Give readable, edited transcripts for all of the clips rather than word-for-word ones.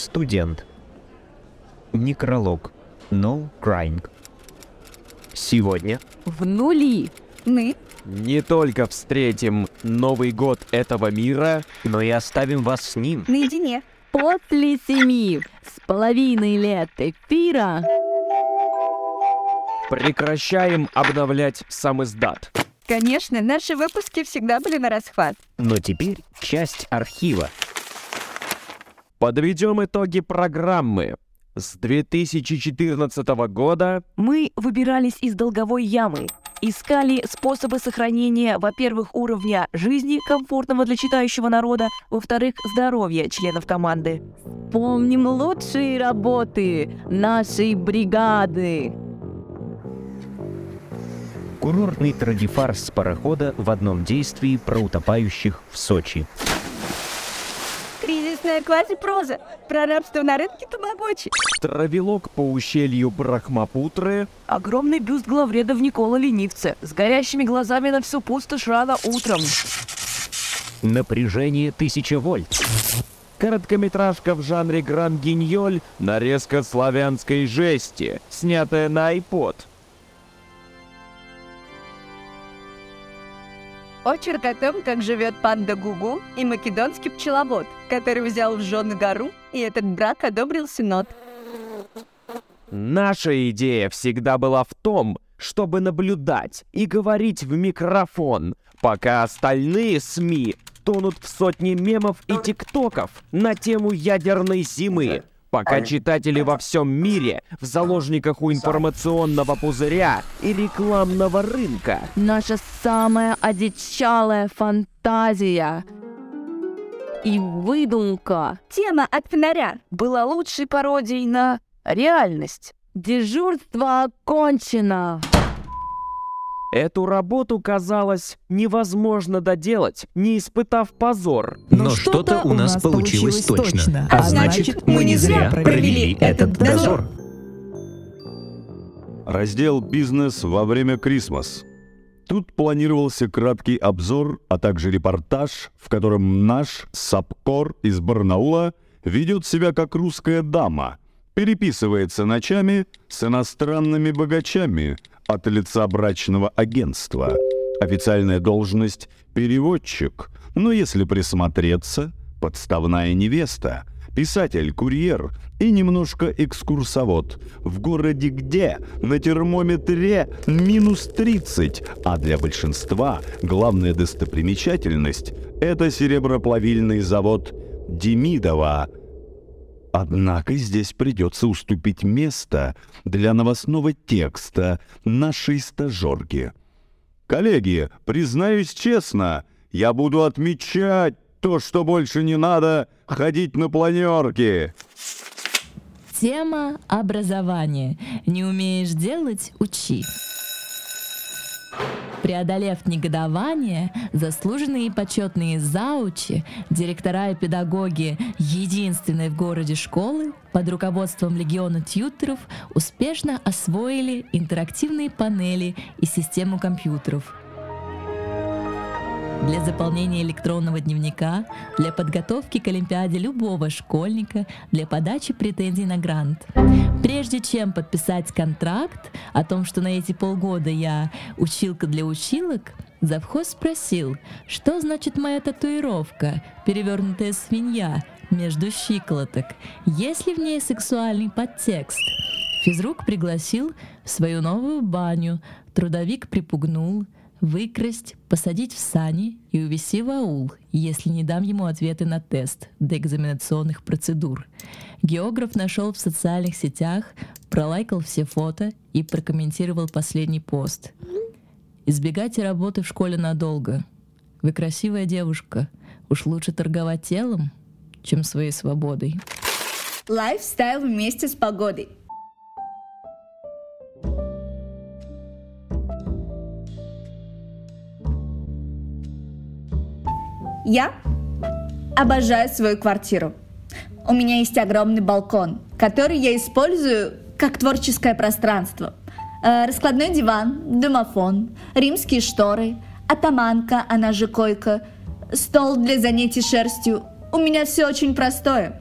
Студент. Некролог. No crying. Сегодня В нули мы не только встретим Новый год этого мира, но и оставим вас с ним. наедине. после 7,5 лет эфира прекращаем обновлять самиздат. Конечно, наши выпуски всегда были на расхват. Но теперь часть архива. Подведем итоги программы. С 2014 года мы выбирались из долговой ямы, искали способы сохранения, во-первых, уровня жизни, комфортного для читающего народа, во-вторых, здоровья членов команды. Помним лучшие работы нашей бригады. Курортный трагефарс с парохода в одном действии про утопающих в Сочи. Кризисная квазипроза про рабство на рынке Тамагочи. травелок по ущелью Брахмапутры, Огромный бюст главреда в Никола Ленивце, с горящими глазами на всю пустошь рано утром. Напряжение 1000 вольт. короткометражка в жанре гран-гиньоль, нарезка славянской жести, снятая на iPod. Очерк о том, как живет панда Гугу и македонский пчеловод, который взял в жены гору, и этот брак одобрил Синод. Наша идея всегда была в том, чтобы наблюдать и говорить в микрофон, пока остальные СМИ тонут в сотни мемов и тиктоков на тему ядерной зимы, пока читатели во всем мире в заложниках у информационного пузыря и рекламного рынка. Наша самая одичалая фантазия и выдумка Тема от фонаря. была лучшей пародией на реальность. Дежурство окончено. Эту работу, казалось, невозможно доделать, не испытав позор. Но что-то у нас получилось точно. А значит, мы не зря провели этот дозор. Раздел «Бизнес во время Крисмас». Тут планировался краткий обзор, а также репортаж, в котором наш Сапкор из Барнаула ведет себя как русская дама, переписывается ночами с иностранными богачами от лица брачного агентства. Официальная должность – переводчик, но если присмотреться – подставная невеста, писатель, курьер и немножко экскурсовод. В городе где? На термометре минус 30, а для большинства главная достопримечательность – это сереброплавильный завод Демидова. Однако здесь придется уступить место для новостного текста нашей стажерки. Коллеги, признаюсь честно, я буду отмечать то, что больше не надо ходить на планерки. Тема образования. Не умеешь делать — учи. Преодолев негодование, заслуженные и почетные заучи, директора и педагоги единственной в городе школы под руководством легиона тьютеров успешно освоили интерактивные панели и систему компьютеров. Для заполнения электронного дневника, для подготовки к олимпиаде любого школьника, для подачи претензий на грант. Прежде чем подписать контракт о том, что на эти полгода я училка для училок, завхоз спросил, что значит моя татуировка, перевернутая свинья, между щиколоток, есть ли в ней сексуальный подтекст. Физрук пригласил в свою новую баню, трудовик припугнул, выкрасть, посадить в сани и увезти в аул, если не дам ему ответы на тест до экзаменационных процедур. Географ нашел в социальных сетях, пролайкал все фото и прокомментировал последний пост. Избегайте работы в школе надолго. Вы красивая девушка. Уж лучше торговать телом, чем своей свободой. Лайфстайл вместе с погодой. Я обожаю свою квартиру. У меня есть огромный балкон, который я использую как творческое пространство. Раскладной диван, домофон, римские шторы, атаманка, она же койка, стол для занятий шерстью. У меня все очень простое.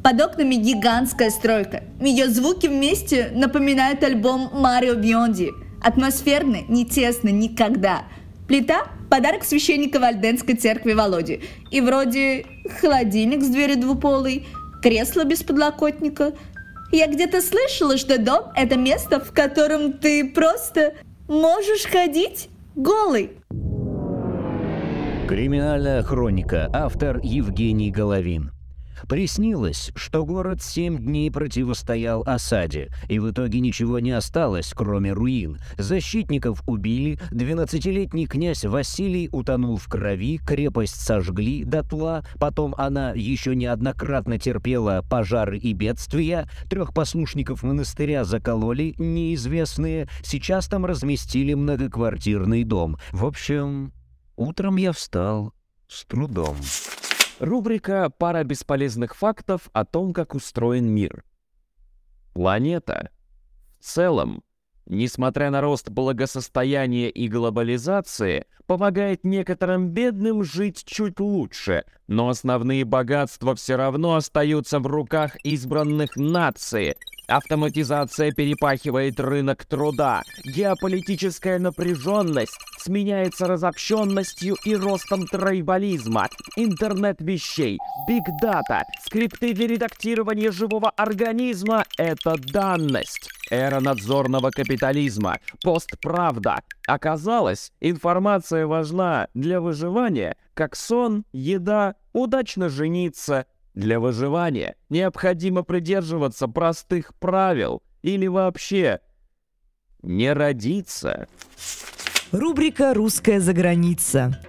Под окнами гигантская стройка. Ее звуки вместе напоминают альбом Марио Бионди. Атмосферно, не тесно, никогда. Плита – подарок священника Вальденской церкви Володи. И вроде холодильник с дверью двуполой, кресло без подлокотника. Я где-то слышала, что дом – это место, в котором ты просто можешь ходить голый. Криминальная хроника. Автор Евгений Головин. Приснилось, что город 7 дней противостоял осаде, и в итоге ничего не осталось, кроме руин. Защитников убили, 12-летний князь Василий утонул в крови, крепость сожгли дотла, потом она еще неоднократно терпела пожары и бедствия, 3 послушников монастыря закололи неизвестные, сейчас там разместили многоквартирный дом. В общем, утром я встал с трудом. Рубрика «Пара бесполезных фактов о том, как устроен мир». Планета в целом, несмотря на рост благосостояния и глобализации, помогает некоторым бедным жить чуть лучше, но основные богатства все равно остаются в руках избранных наций. Автоматизация перепахивает рынок труда, геополитическая напряженность сменяется разобщенностью и ростом тройболизма, интернет вещей, биг-дата, скрипты для редактирования живого организма — это данность. Эра надзорного капитализма, постправда. Оказалось, информация важна для выживания, как сон, еда, удачно жениться. Для выживания необходимо придерживаться простых правил или вообще не родиться. Рубрика «Русская заграница».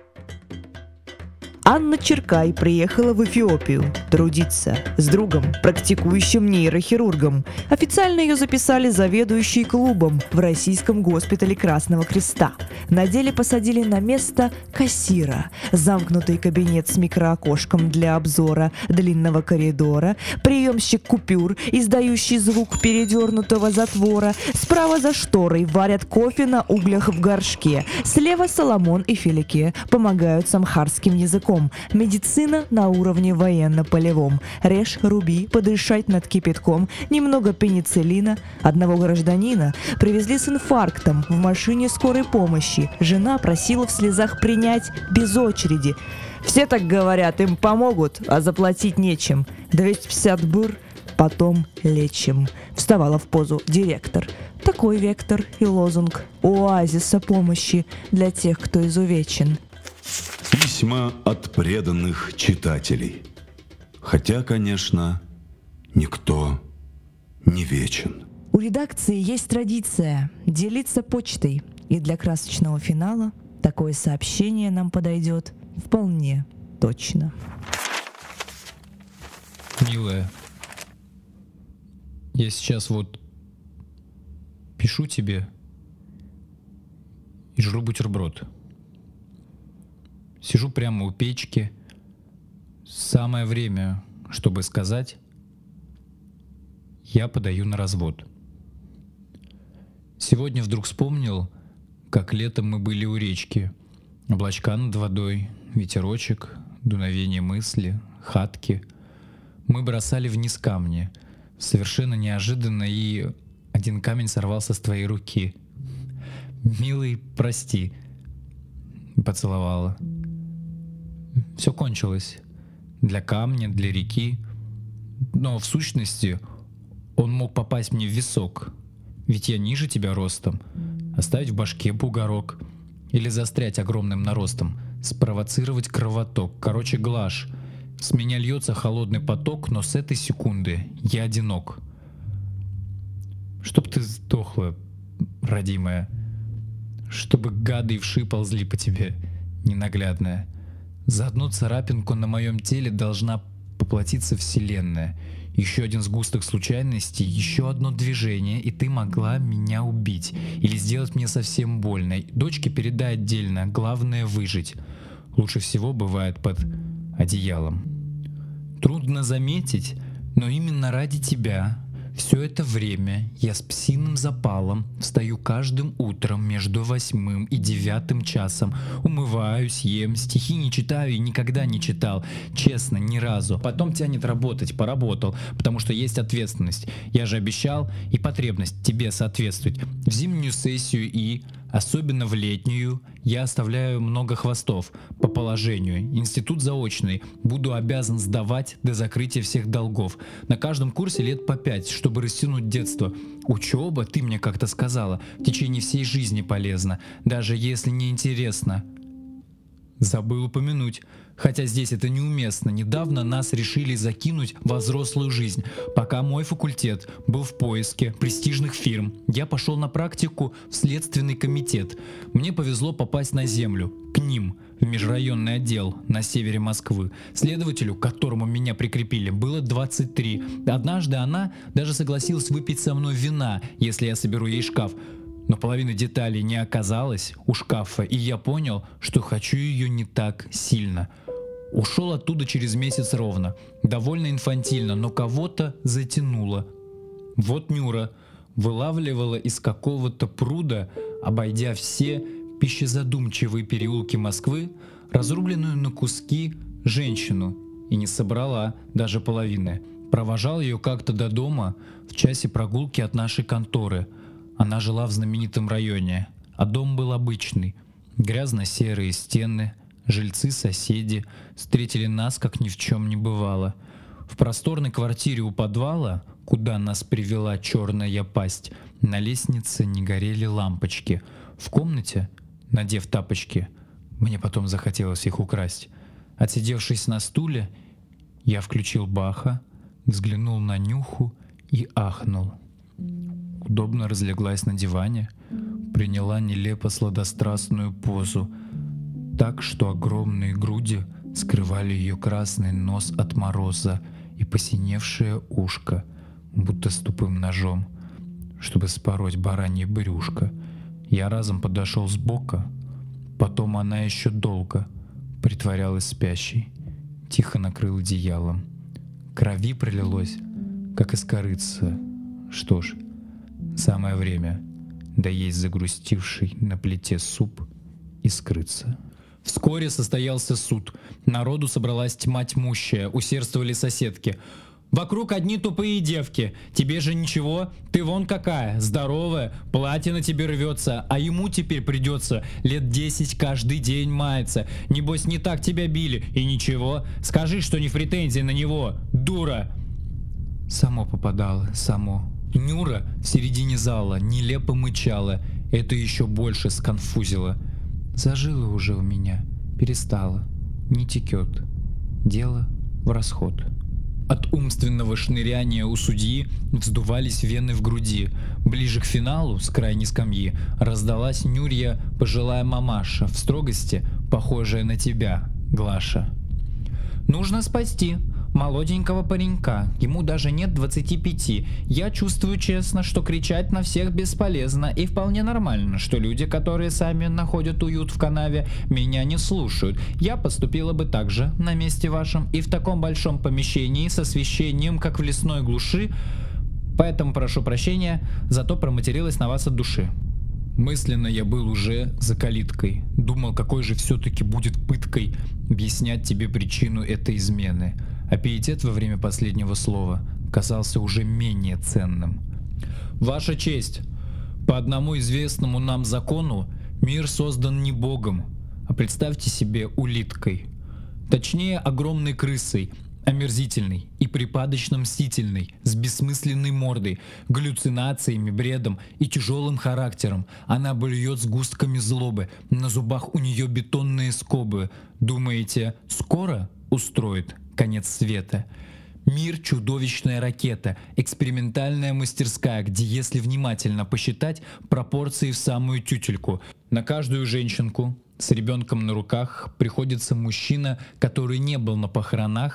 Анна Черкай приехала в Эфиопию трудиться с другом, практикующим нейрохирургом. Официально ее записали заведующей клубом в российском госпитале Красного Креста. На деле посадили на место кассира. Замкнутый кабинет с микроокошком для обзора длинного коридора, приемщик купюр, издающий звук передернутого затвора. Справа за шторой варят кофе на углях в горшке. Слева Соломон и Фелике помогают с амхарским языком. Медицина на уровне военно-полевом. Режь, руби, подышать над кипятком, немного пенициллина. Одного гражданина привезли с инфарктом в машине скорой помощи. Жена просила в слезах принять без очереди. Все так говорят, им помогут, а заплатить нечем. 250 быр, потом лечим. Вставала в позу директор. Такой вектор и лозунг оазиса помощи для тех, кто изувечен. Письма от преданных читателей. Хотя, конечно, никто не вечен. У редакции есть традиция делиться почтой. И для красочного финала такое сообщение нам подойдет вполне точно. Милая, я сейчас вот пишу тебе и жру бутерброд. Сижу прямо у печки. Самое время, чтобы сказать: я подаю на развод. Сегодня вдруг вспомнил, как летом мы были у речки. Облачка над водой, ветерочек, дуновение мысли, хатки. Мы бросали вниз камни. Совершенно неожиданно, и один камень сорвался с твоей руки. «Милый, прости», — поцеловала. Все кончилось. Для камня, для реки. Но в сущности он мог попасть мне в висок. Ведь я ниже тебя ростом. Оставить в башке бугорок. Или застрять огромным наростом. Спровоцировать кровоток. Короче, глаж. С меня льется холодный поток, но с этой секунды я одинок. Чтоб ты сдохла, родимая. Чтобы гады и вши ползли по тебе, ненаглядная. За одну царапинку на моем теле должна поплатиться вселенная. Еще один сгусток случайностей, еще одно движение, и ты могла меня убить. Или сделать мне совсем больно. Дочке передай отдельно, главное выжить. Лучше всего бывает под одеялом. Трудно заметить, но именно ради тебя Все это время я с псиным запалом встаю каждым утром между 8 и 9 часом, умываюсь, ем, стихи не читаю и никогда не читал, честно, ни разу. Потом тянет работать, поработал, потому что есть ответственность. Я же обещал и потребность тебе соответствовать. В зимнюю сессию и, особенно в летнюю, я оставляю много хвостов по положению. Институт заочный. Буду обязан сдавать до закрытия всех долгов. На каждом курсе лет по 5, чтобы растянуть детство. Учеба, ты мне как-то сказала, в течение всей жизни полезна, даже если не интересно. Забыл упомянуть. Хотя здесь это неуместно, недавно нас решили закинуть во взрослую жизнь. Пока мой факультет был в поиске престижных фирм, я пошел на практику в следственный комитет. Мне повезло попасть на землю, к ним, в межрайонный отдел на севере Москвы. Следователю, к которому меня прикрепили, было 23. Однажды она даже согласилась выпить со мной вина, если я соберу ей шкаф. Но половины деталей не оказалось у шкафа, и я понял, что хочу ее не так сильно. Ушел оттуда через месяц ровно. Довольно инфантильно, но кого-то затянуло. Вот Нюра вылавливала из какого-то пруда, обойдя все пищезадумчивые переулки Москвы, разрубленную на куски женщину, и не собрала даже половины. Провожал ее как-то до дома в часе прогулки от нашей конторы. Она жила в знаменитом районе, а дом был обычный. Грязно-серые стены, жильцы-соседи встретили нас, как ни в чем не бывало. В просторной квартире у подвала, куда нас привела черная пасть, на лестнице не горели лампочки. В комнате, надев тапочки, мне потом захотелось их украсть. Отсидевшись на стуле, я включил Баха, взглянул на Нюху и ахнул. Удобно разлеглась на диване, приняла нелепо сладострастную позу, так что огромные груди скрывали ее красный нос от мороза и посиневшее ушко, будто с тупым ножом, чтобы спороть баранье брюшко. Я разом подошел сбоку, потом она еще долго притворялась спящей, тихо накрыл одеялом. Крови пролилось, как из корыца. Что ж, самое время доесть загрустивший на плите суп и скрыться. Вскоре состоялся суд. Народу собралась тьма тьмущая, усердствовали соседки. «Вокруг одни тупые девки. Тебе же ничего? Ты вон какая, здоровая, платье на тебе рвется, а ему теперь придется лет 10 каждый день маяться. Небось, не так тебя били, и ничего. Скажи, что не в претензии на него, дура!» Само попадало, само. Нюра в середине зала нелепо мычала. Это еще больше сконфузило. Зажило уже у меня, перестало, не текет. Дело в расход. От умственного шныряния у судьи вздувались вены в груди. Ближе к финалу, с крайней скамьи, раздалась Нюрья пожилая мамаша, в строгости похожая на тебя, Глаша. «Нужно спасти молоденького паренька, ему даже нет 25. Я чувствую честно, что кричать на всех бесполезно, и вполне нормально, что люди, которые сами находят уют в канаве, меня не слушают. Я поступила бы так же на месте вашем и в таком большом помещении с освещением, как в лесной глуши, поэтому прошу прощения, зато проматерилась на вас от души». Мысленно я был уже за калиткой. Думал, какой же все-таки будет пыткой объяснять тебе причину этой измены. А пиетет во время последнего слова казался уже менее ценным. «Ваша честь, по одному известному нам закону мир создан не Богом, а представьте себе улиткой. Точнее, огромной крысой, омерзительной и припадочно мстительной, с бессмысленной мордой, галлюцинациями, бредом и тяжелым характером. Она блюет сгустками злобы, на зубах у нее бетонные скобы. Думаете, скоро устроит конец света? Мир — чудовищная ракета, экспериментальная мастерская, где, если внимательно посчитать, пропорции в самую тютельку. На каждую женщинку с ребенком на руках приходится мужчина, который не был на похоронах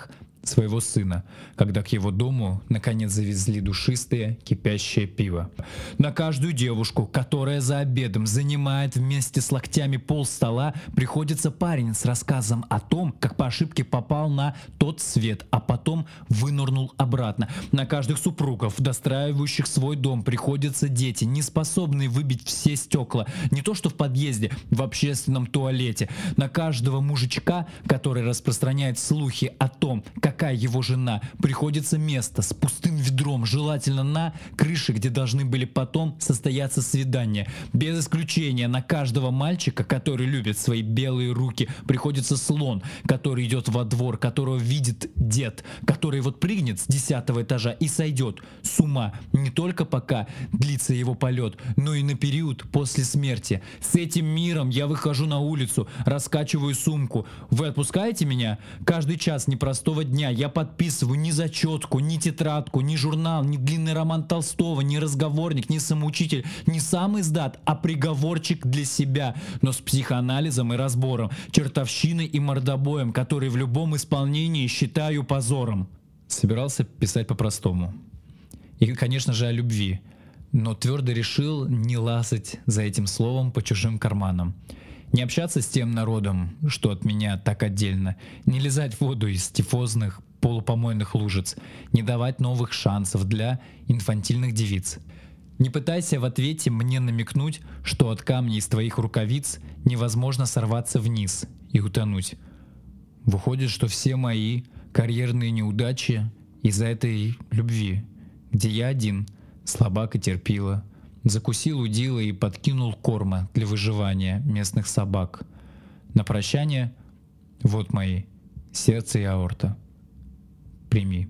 своего сына, когда к его дому наконец завезли душистое, кипящее пиво. На каждую девушку, которая за обедом занимает вместе с локтями пол стола, приходится парень с рассказом о том, как по ошибке попал на тот свет, а потом вынырнул обратно. На каждых супругов, достраивающих свой дом, приходятся дети, не способные выбить все стекла, не то что в подъезде, в общественном туалете. На каждого мужичка, который распространяет слухи о том, какая его жена, приходится место с пустым ведром, желательно на крыше, где должны были потом состояться свидания. Без исключения на каждого мальчика, который любит свои белые руки, приходится слон, который идет во двор, которого видит дед, который вот прыгнет с 10-го этажа и сойдет с ума не только пока длится его полет, но и на период после смерти. С этим миром я выхожу на улицу, раскачиваю сумку. Вы отпускаете меня? Каждый час непростого дня я подписываю ни зачетку, ни тетрадку, ни журнал, ни длинный роман Толстого, ни разговорник, ни самоучитель, не сам издат, а приговорчик для себя, но с психоанализом и разбором, чертовщиной и мордобоем, который в любом исполнении считаю позором. Собирался писать по-простому. И, конечно же, о любви. Но твердо решил не лазать за этим словом по чужим карманам. Не общаться с тем народом, что от меня так отдельно, не лизать воду из тифозных полупомойных лужиц, не давать новых шансов для инфантильных девиц. Не пытайся в ответе мне намекнуть, что от камней из твоих рукавиц невозможно сорваться вниз и утонуть. Выходит, что все мои карьерные неудачи из-за этой любви, где я один, слабак и терпила, закусил удила и подкинул корма для выживания местных собак. На прощание вот мои сердце и аорта. Прими.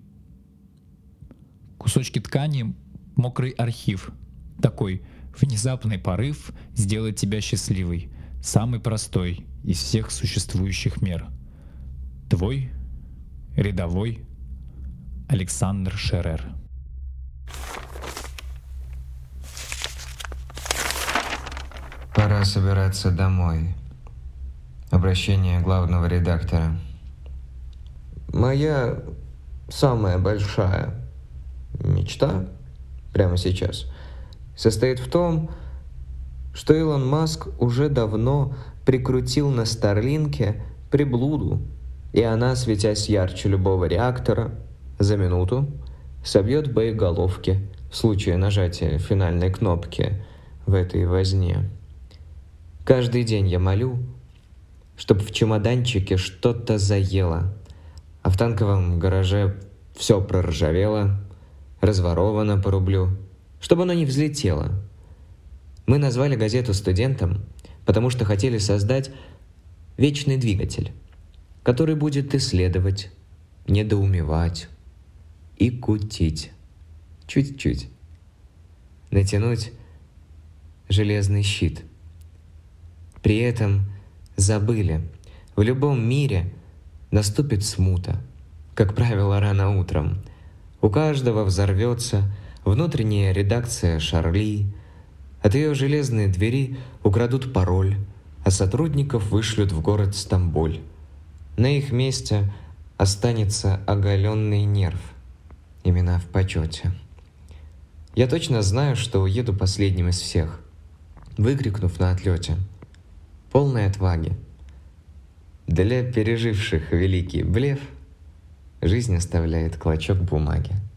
Кусочки ткани, мокрый архив. Такой внезапный порыв сделать тебя счастливой. Самый простой из всех существующих мер. Твой рядовой Александр Шерер. Пора собираться домой. Обращение главного редактора. Моя самая большая мечта прямо сейчас состоит в том, что Илон Маск уже давно прикрутил на Старлинке приблуду, и она, светясь ярче любого реактора, за минуту собьет боеголовки в случае нажатия финальной кнопки в этой возне. Каждый день я молю, чтобы в чемоданчике что-то заело, а в танковом гараже все проржавело, разворовано по рублю, чтобы оно не взлетело. Мы назвали газету «Студентом», потому что хотели создать вечный двигатель, который будет исследовать, недоумевать и кутить. Чуть-чуть. Натянуть железный щит. При этом забыли, в любом мире наступит смута, как правило, рано утром. У каждого взорвется внутренняя редакция Шарли, от ее железной двери украдут пароль, а сотрудников вышлют в город Стамбуль. На их месте останется оголенный нерв. Имена в почете. Я точно знаю, что уеду последним из всех, выкрикнув на отлете: полной отваги. Для переживших великий блеф жизнь оставляет клочок бумаги.